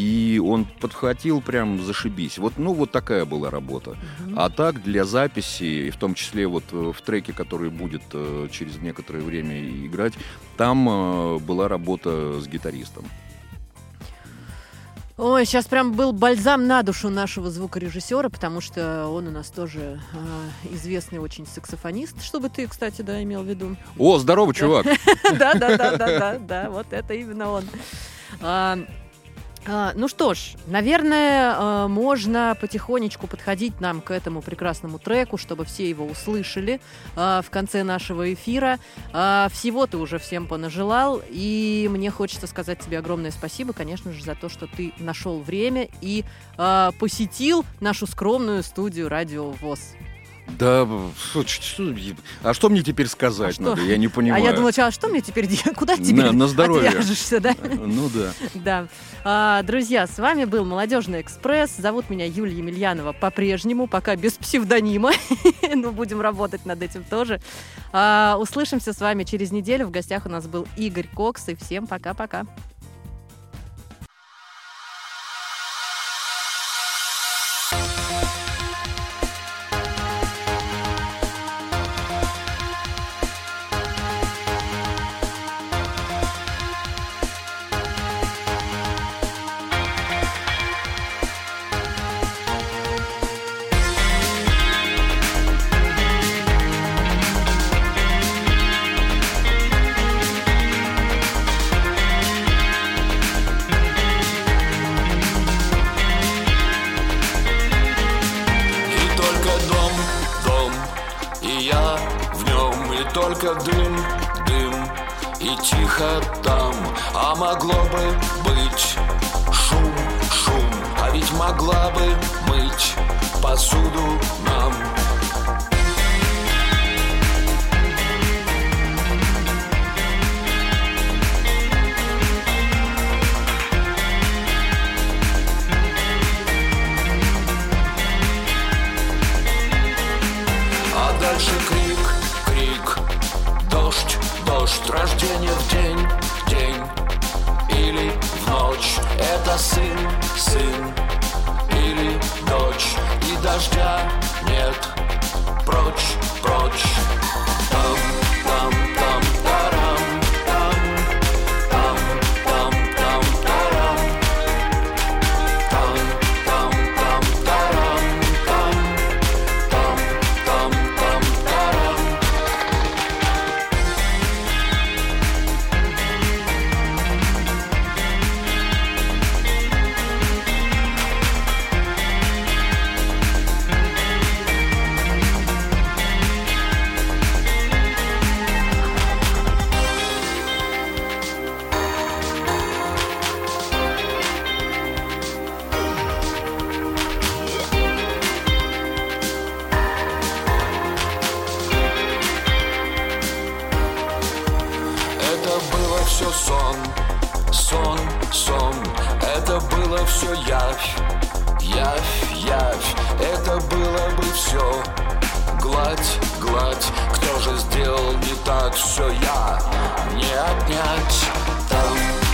и он подхватил прям зашибись. Вот, ну, вот такая была работа. Мгм. А так, для записи, и в том числе вот э, в треке, который будет э, через некоторое время играть, там э, была работа с гитаристом. Ой, сейчас прям был бальзам на душу нашего звукорежиссера, потому что он у нас тоже э, известный очень саксофонист, чтобы ты, кстати, да, имел в виду. О, здорово, чувак! Да, да, да, да, да, да, вот это именно он. А, а, Ну что ж, наверное, э, можно потихонечку подходить нам к этому прекрасному треку, чтобы все его услышали э, в конце нашего эфира. А, Всего ты уже всем понажелал, и мне хочется сказать тебе огромное спасибо, конечно же, за то, что ты нашел время и э, посетил нашу скромную студию Радио ВОС. Да, слушай, что- а что мне теперь сказать А что? надо? Я не понимаю. А я думала, а что мне теперь делать? Куда теперь На- на здоровье. отвяжешься, да? Ну да. Да. А, друзья, с вами был «Молодежный экспресс». Зовут меня Юлия Емельянова по-прежнему, пока без псевдонима. Но будем работать над этим тоже. А, услышимся с вами через неделю. В гостях у нас был Игорь Кокс. И всем пока-пока. И только дом, дом, и я в нем, и только дым, дым, и тихо там. А могло бы быть шум, шум, а ведь могла бы мыть посуду нам. А дальше крик, крик, дождь, дождь, рождение в день, в день или в ночь. Это сын, сын или дочь, и дождя нет, прочь, прочь. Там, там, там, тарам, там, там, там, там, тарам. все явь, явь, явь. Это было бы все гладь, гладь. Кто же сделал не так? Все я не отнять. Там